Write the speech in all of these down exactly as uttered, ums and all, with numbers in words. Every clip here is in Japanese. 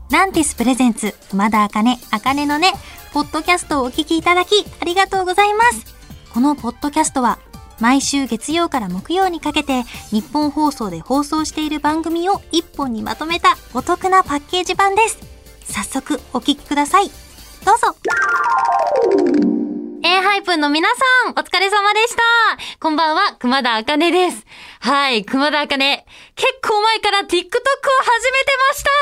ランティスプレゼンツ熊田茜茜のねポッドキャストをお聞きいただきありがとうございます。このポッドキャストは毎週月曜から木曜にかけて日本放送で放送している番組を一本にまとめたお得なパッケージ版です。早速お聞きください。どうぞ。エーハイプンの皆さんお疲れ様でした。こんばんは、熊田茜です。はい、熊田茜。結構前から TikTok を始めてました。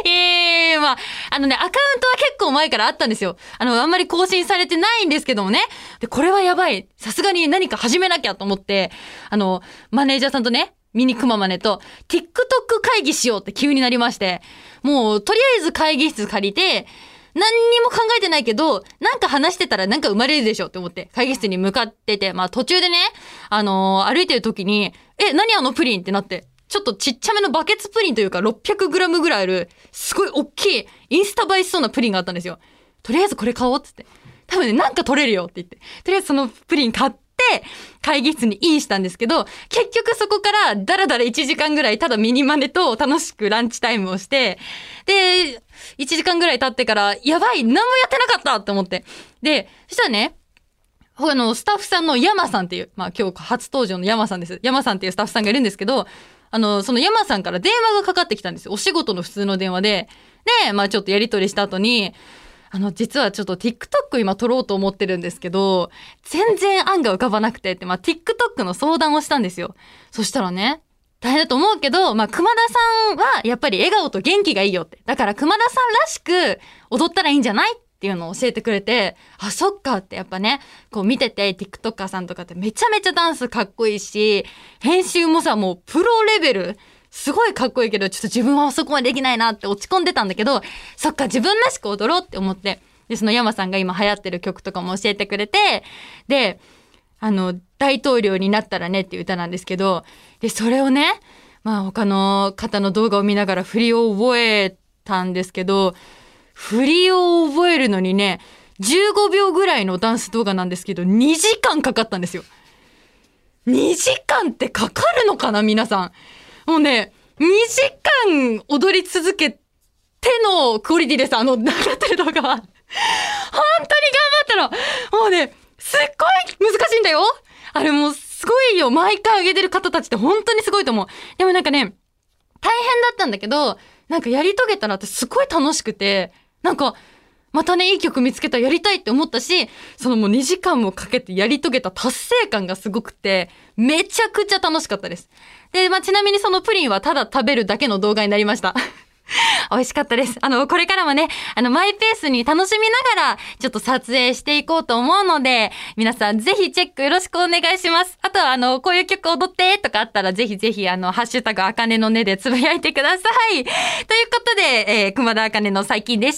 えー、まあ、あのね、アカウントは結構前からあったんですよ。あの、あんまり更新されてないんですけどもね。で、これはやばい。さすがに何か始めなきゃと思って、あの、マネージャーさんとね、ミニクママネと TikTok 会議しようって急になりまして、もう、とりあえず会議室借りて、何にも考えてないけど、なんか話してたらなんか生まれるでしょって思って会議室に向かってて、まあ途中でね、あのー、歩いてる時に、え、何あのプリンってなって、ちょっとちっちゃめのバケツプリンというか ろっぴゃくグラム ぐらいある、すごい大きい、インスタ映えしそうなプリンがあったんですよ。とりあえずこれ買おうって言って。多分ね、なんか取れるよって言って。とりあえずそのプリン買って、会議室にインしたんですけど、結局そこからだらだらいちじかんぐらいただミニマネと楽しくランチタイムをして、で、いちじかんぐらい経ってから、やばい、何もやってなかったって思って。で、そしたらね、あの、スタッフさんの山さんっていう、まあ今日初登場の山さんです。山さんっていうスタッフさんがいるんですけど、あの、その山さんから電話がかかってきたんですよ。お仕事の普通の電話で。で、まあちょっとやり取りした後に、あの、実はちょっと TikTok 今撮ろうと思ってるんですけど、全然案が浮かばなくてって、まあ TikTok の相談をしたんですよ。そしたらね、大変だと思うけど、まあ熊田さんはやっぱり笑顔と元気がいいよって。だから熊田さんらしく踊ったらいいんじゃないっていうのを教えてくれて、あ、そっかってやっぱね、こう見てて TikToker さんとかってめちゃめちゃダンスかっこいいし、編集もさ、もうプロレベル。すごいかっこいいけど、ちょっと自分はそこまでできないなって落ち込んでたんだけど、そっか自分らしく踊ろうって思って、で、その山さんが今流行ってる曲とかも教えてくれて、で、あの、大統領になったらねっていう歌なんですけど、で、それをね、まあ他の方の動画を見ながら振りを覚えたんですけど、振りを覚えるのにね、じゅうごびょうぐらいのダンス動画なんですけど、にじかんかかったんですよ。にじかんってかかるのかな皆さん。もうね、にじかん踊り続けてのクオリティです。あの、流れてる動画は。本当に頑張ったら、もうね、すっごい難しいんだよ。あれもうすごいよ。毎回上げてる方たちって本当にすごいと思う。でもなんかね、大変だったんだけど、なんかやり遂げたらってすごい楽しくて、なんか、またね、いい曲見つけたらやりたいって思ったし、そのもうにじかんもかけてやり遂げた達成感がすごくて、めちゃくちゃ楽しかったです。で、まあ、ちなみにそのプリンはただ食べるだけの動画になりました。美味しかったです。あの、これからもね、あの、マイペースに楽しみながら、ちょっと撮影していこうと思うので、皆さんぜひチェックよろしくお願いします。あとは、あの、こういう曲踊ってとかあったら、ぜひぜひ、あの、ハッシュタグあかねのねでつぶやいてください。ということで、えー、熊田あかねの最近でした。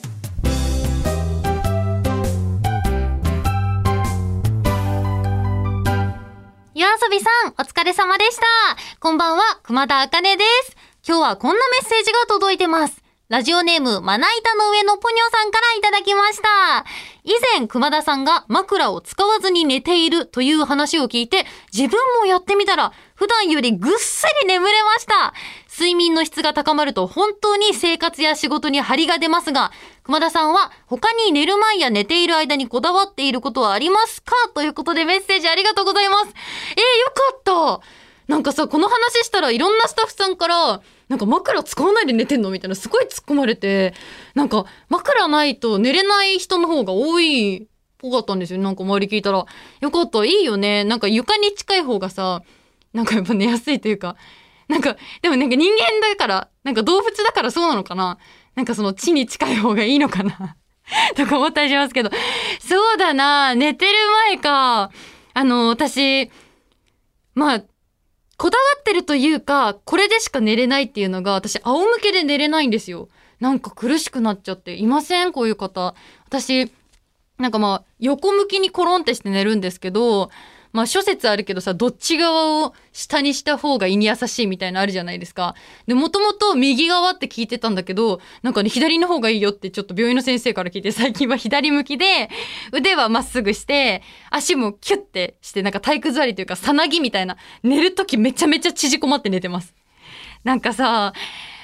夜遊びさん、お疲れ様でした。こんばんは、熊田あかねです。今日はこんなメッセージが届いてます。ラジオネーム、まな板の上のぽにょさんからいただきました。以前、熊田さんが枕を使わずに寝ているという話を聞いて、自分もやってみたら、普段よりぐっすり眠れました。睡眠の質が高まると本当に生活や仕事に張りが出ますが、熊田さんは他に寝る前や寝ている間にこだわっていることはありますか？ということでメッセージありがとうございます。えー、よかった。なんかさ、この話したらいろんなスタッフさんから、なんか枕使わないで寝てんのみたいなすごい突っ込まれて、なんか枕ないと寝れない人の方が多いっぽかったんですよ。なんか周り聞いたら。よかった、いいよね。なんか床に近い方がさ、なんかやっぱ寝やすいというか、なんか、でもなんか人間だから、なんか動物だからそうなのかな。なんかその地に近い方がいいのかなとか思ったりしますけど。そうだな、寝てる前か。あの、私、まあ、こだわってるというか、これでしか寝れないっていうのが、私、仰向けで寝れないんですよ。なんか苦しくなっちゃって。いません？こういう方。私、なんかまあ、横向きにコロンってして寝るんですけど、まあ諸説あるけどさ、どっち側を下にした方が胃に優しいみたいなのあるじゃないですか。で、もともと右側って聞いてたんだけど、なんかね、左の方がいいよってちょっと病院の先生から聞いて、最近は左向きで、腕はまっすぐして、足もキュッてして、なんか体育座りというか、さなぎみたいな、寝るときめちゃめちゃ縮こまって寝てます。なんかさ、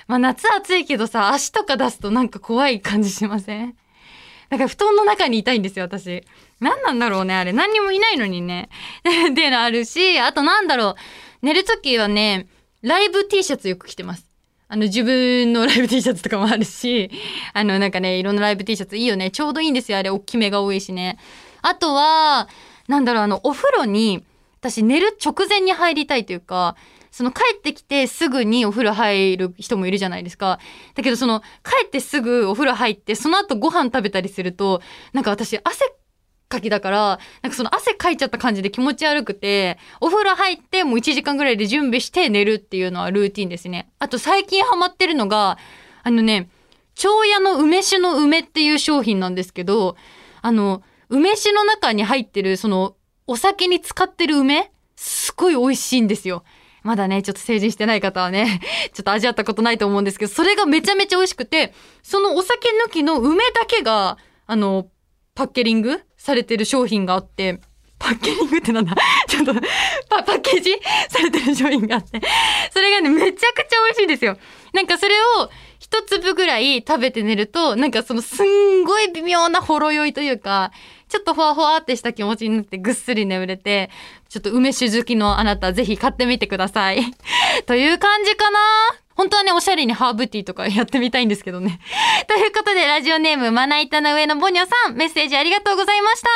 まあ夏暑いけどさ、足とか出すとなんか怖い感じしません？だから布団の中にいたいんですよ、私。何なんだろうね、あれ。何にもいないのにね。っていうのあるし、あとなんだろう。寝るときはね、ライブ T シャツよく着てます。あの、自分のライブ T シャツとかもあるし、あの、なんかね、いろんなライブ T シャツいいよね。ちょうどいいんですよ、あれ。大きめが多いしね。あとは、なんだろう、あの、お風呂に、私寝る直前に入りたいというか、その帰ってきてすぐにお風呂入る人もいるじゃないですか。だけどその帰ってすぐお風呂入ってその後ご飯食べたりするとなんか私汗かきだからなんかその汗かいちゃった感じで気持ち悪くてお風呂入ってもういちじかんぐらいで準備して寝るっていうのはルーティンですね。あと最近ハマってるのがあのね長屋の梅酒の梅っていう商品なんですけどあの梅酒の中に入ってるそのお酒に使ってる梅すごい美味しいんですよ。まだね、ちょっと成人してない方はね、ちょっと味わったことないと思うんですけど、それがめちゃめちゃ美味しくて、そのお酒抜きの梅だけが、あの、パッケリングされてる商品があって、パッケリングってなんだちょっとパ、パッケージされてる商品があって、それがね、めちゃくちゃ美味しいんですよ。なんかそれを一粒ぐらい食べて寝ると、なんかそのすんごい微妙なほろ酔いというか、ちょっとほわほわってした気持ちになってぐっすり眠れて、ちょっと梅酒好きのあなたぜひ買ってみてください。という感じかな。本当はね、おしゃれにハーブティーとかやってみたいんですけどね。ということで、ラジオネームまな板の上のボニョさん、メッセージありがとうございました。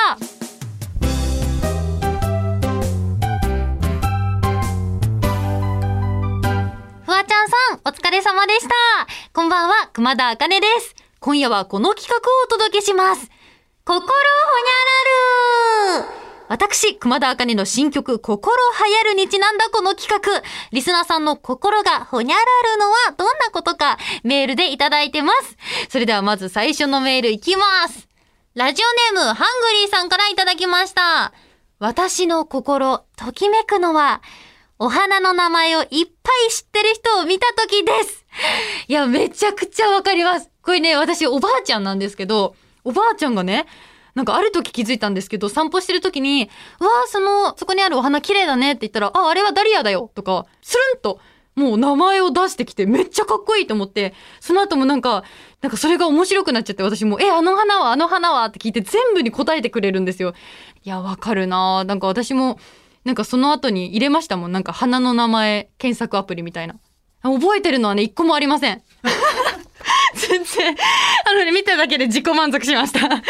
フワちゃんさん、お疲れ様でした。こんばんは、熊田茜です。今夜はこの企画をお届けします。心ほにゃらる。私、熊田茜の新曲、心はやるにちなんだこの企画。リスナーさんの心がほにゃらるのはどんなことかメールでいただいてます。それではまず最初のメールいきます。ラジオネーム、ハングリーさんからいただきました。私の心、ときめくのは、お花の名前をいっぱい知ってる人を見たときです。いや、めちゃくちゃわかります。これね、私おばあちゃんなんですけど、おばあちゃんがね、なんかある時気づいたんですけど、散歩してる時に、うわー、その、そこにあるお花綺麗だねって言ったら、あ、あれはダリアだよとか、スルンと、もう名前を出してきて、めっちゃかっこいいと思って、その後もなんか、なんかそれが面白くなっちゃって、私も、え、あの花は、あの花はって聞いて全部に答えてくれるんですよ。いや、わかるなー。なんか私も、なんかその後に入れましたもん。なんか花の名前検索アプリみたいな。覚えてるのはね、一個もありません。全然、あのね、見ただけで自己満足しました。はい、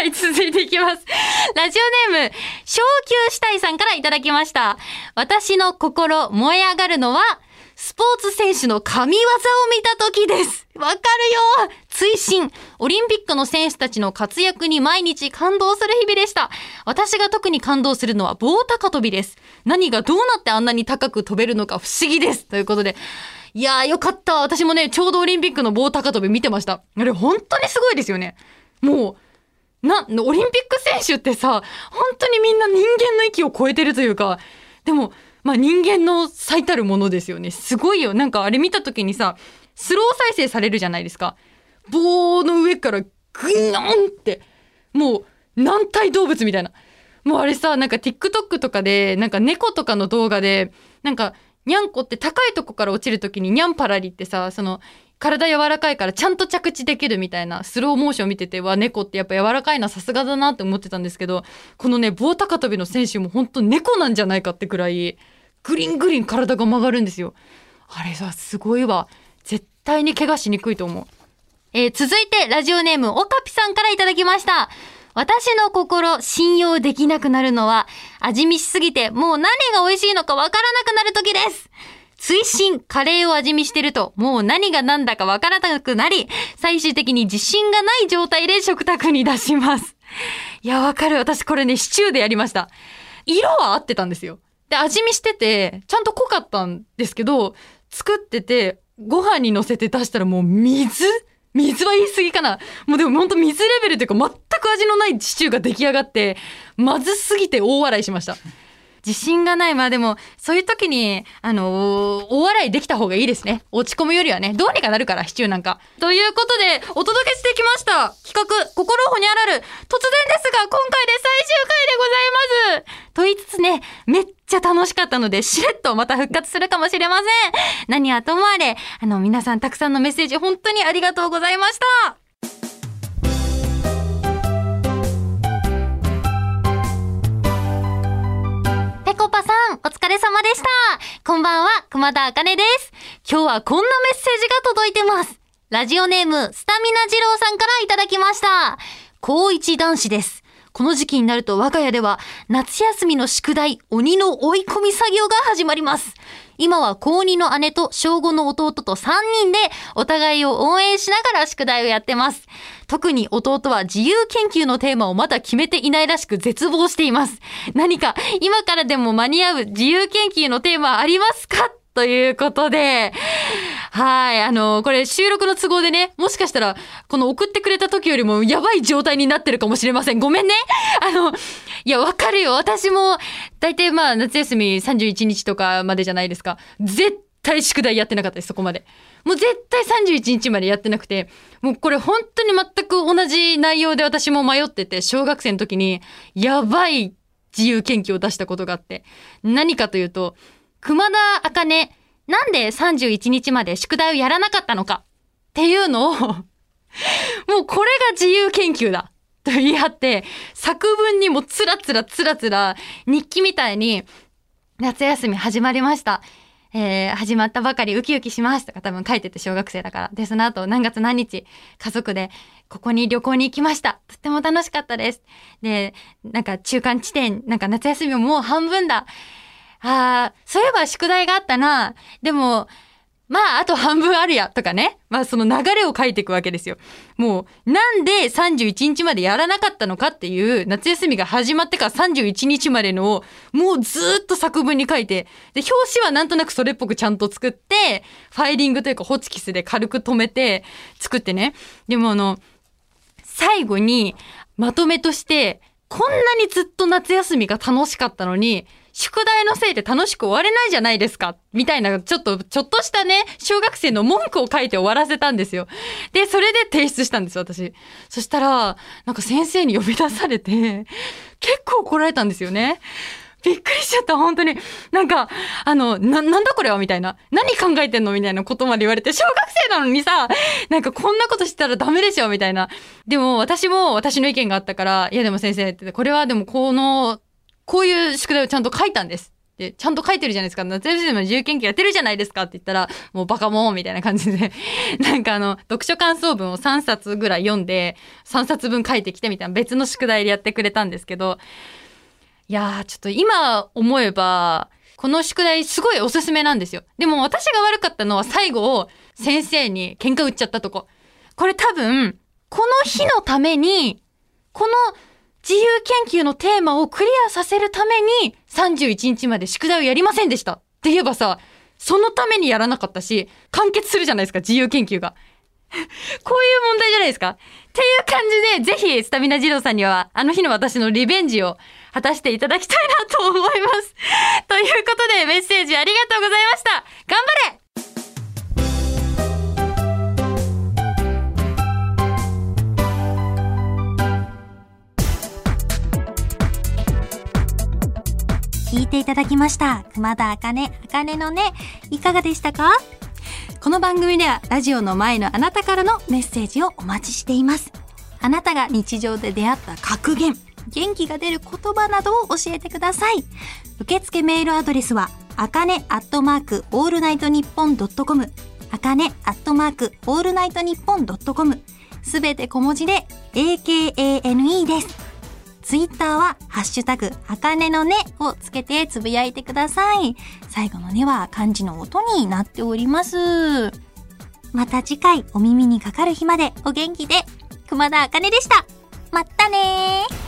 続いていきます。ラジオネーム、昇級したいさんからいただきました。私の心燃え上がるのは、スポーツ選手の神業を見た時です。わかるよ。追伸、オリンピックの選手たちの活躍に毎日感動する日々でした。私が特に感動するのは棒高跳びです。何がどうなってあんなに高く飛べるのか不思議です。ということで、いやーよかった。私もね、ちょうどオリンピックの棒高跳び見てました。あれ本当にすごいですよね。もう、な、オリンピック選手ってさ、本当にみんな人間の域を超えてるというか、でも、まあ人間の最たるものですよね。すごいよ。なんかあれ見た時にさ、スロー再生されるじゃないですか。棒の上からグイーンって、もう軟体動物みたいな。もうあれさ、なんか TikTok とかで、なんか猫とかの動画で、なんか、にゃんこって高いとこから落ちるときににゃんパラリってさ、その体柔らかいからちゃんと着地できるみたいなスローモーション見てて、わ、猫ってやっぱ柔らかいな、さすがだなって思ってたんですけど、このね、棒高跳びの選手も本当猫なんじゃないかってくらい、グリングリン体が曲がるんですよ。あれさ、すごいわ。絶対に怪我しにくいと思う。えー、続いてラジオネームおかぴさんからいただきました。私の心信用できなくなるのは味見しすぎてもう何が美味しいのかわからなくなる時です。追伸カレーを味見してるともう何が何だかわからなくなり最終的に自信がない状態で食卓に出します。いやわかる。私これねシチューでやりました。色は合ってたんですよ。で味見しててちゃんと濃かったんですけど作っててご飯に乗せて出したらもう水水は言い過ぎかな。もうでも本当水レベルというか全く味のないシチューが出来上がってまずすぎて大笑いしました。 自信がない。まあでも、そういう時に、あの、大笑いできた方がいいですね。落ち込むよりはね、どうにかなるから、シチューなんか。ということで、お届けしてきました。企画、心ほにゃらる。突然ですが、今回で最終回でございます。と言いつつね、めっちゃ楽しかったので、しれっとまた復活するかもしれません。何はともあれ、あの、皆さんたくさんのメッセージ、本当にありがとうございました。ぺこぱさん、お疲れ様でした。こんばんは、熊田茜です。今日はこんなメッセージが届いてます。ラジオネーム、スタミナ二郎さんからいただきました。高一男子です。この時期になると我が家では夏休みの宿題、鬼の追い込み作業が始まります。今は高にの姉と小ごの弟とさんにんでお互いを応援しながら宿題をやってます。特に弟は自由研究のテーマをまだ決めていないらしく絶望しています。何か今からでも間に合う自由研究のテーマありますか？ということで、はい、あの、これ収録の都合でね、もしかしたら、この送ってくれた時よりもやばい状態になってるかもしれません。ごめんね。あの、いや、わかるよ。私も、だいたいまあ、夏休みさんじゅういちにちとかまでじゃないですか。絶対宿題やってなかったです、そこまで。もう絶対さんじゅういちにちまでやってなくて、もうこれ本当に全く同じ内容で私も迷ってて、小学生の時に、やばい自由研究を出したことがあって、何かというと、熊田茜、なんでさんじゅういちにちまで宿題をやらなかったのかっていうのをもうこれが自由研究だと言い張って、作文にもつらつらつらつら日記みたいに夏休み始まりました。えー、始まったばかりウキウキしますとか多分書いてて、小学生だから。で、その後何月何日家族でここに旅行に行きました。とっても楽しかったです。で、なんか中間地点、なんか夏休みももう半分だ。ああ、そういえば宿題があったな。でも、まあ、あと半分あるや、とかね。まあ、その流れを書いていくわけですよ。もう、なんでさんじゅういちにちまでやらなかったのかっていう、夏休みが始まってからさんじゅういちにちまでのを、もうずーっと作文に書いて、で、表紙はなんとなくそれっぽくちゃんと作って、ファイリングというかホチキスで軽く留めて作ってね。でもあの、最後にまとめとして、こんなにずっと夏休みが楽しかったのに、宿題のせいで楽しく終われないじゃないですかみたいな、ちょっと、ちょっとしたね、小学生の文句を書いて終わらせたんですよ。で、それで提出したんですよ、私。そしたら、なんか先生に呼び出されて、結構怒られたんですよね。びっくりしちゃった、本当に。なんか、あの、な、なんだこれはみたいな。何考えてんのみたいなことまで言われて、小学生なのにさ、なんかこんなことしたらダメでしょみたいな。でも、私も私の意見があったから、いやでも先生って、これはでもこの、こういう宿題をちゃんと書いたんです。で、ちゃんと書いてるじゃないですか。夏休みの自由研究やってるじゃないですかって言ったら、もうバカモンみたいな感じで、なんかあの、読書感想文をさんさつぐらい読んで、さんさつぶん書いてきてみたいな別の宿題でやってくれたんですけど、いやー、ちょっと今思えば、この宿題すごいおすすめなんですよ。でも私が悪かったのは最後、先生に喧嘩売っちゃったとこ。これ多分、この日のために、この、自由研究のテーマをクリアさせるためにさんじゅういちにちまで宿題をやりませんでしたって言えばさ、そのためにやらなかったし、完結するじゃないですか、自由研究が。こういう問題じゃないですかっていう感じで、ぜひスタミナ二郎さんにはあの日の私のリベンジを果たしていただきたいなと思います。ということでメッセージありがとうございました。頑張れ！ 聞いていただきました。熊田茜、茜のね、いかがでしたか？この番組ではラジオの前のあなたからのメッセージをお待ちしています。あなたが日常で出会った格言、元気が出る言葉などを教えてください。受付メールアドレスは、あかねアットマークオールナイトニッポンドットコム、あかねアットマークオールナイトニッポンドットコム、すべて小文字で エーケーエーエヌイー です。ツイッターは、ハッシュタグ、あかねのねをつけてつぶやいてください。最後のねは漢字の音になっております。また次回お耳にかかる日までお元気で、熊田あかねでした。まったねー。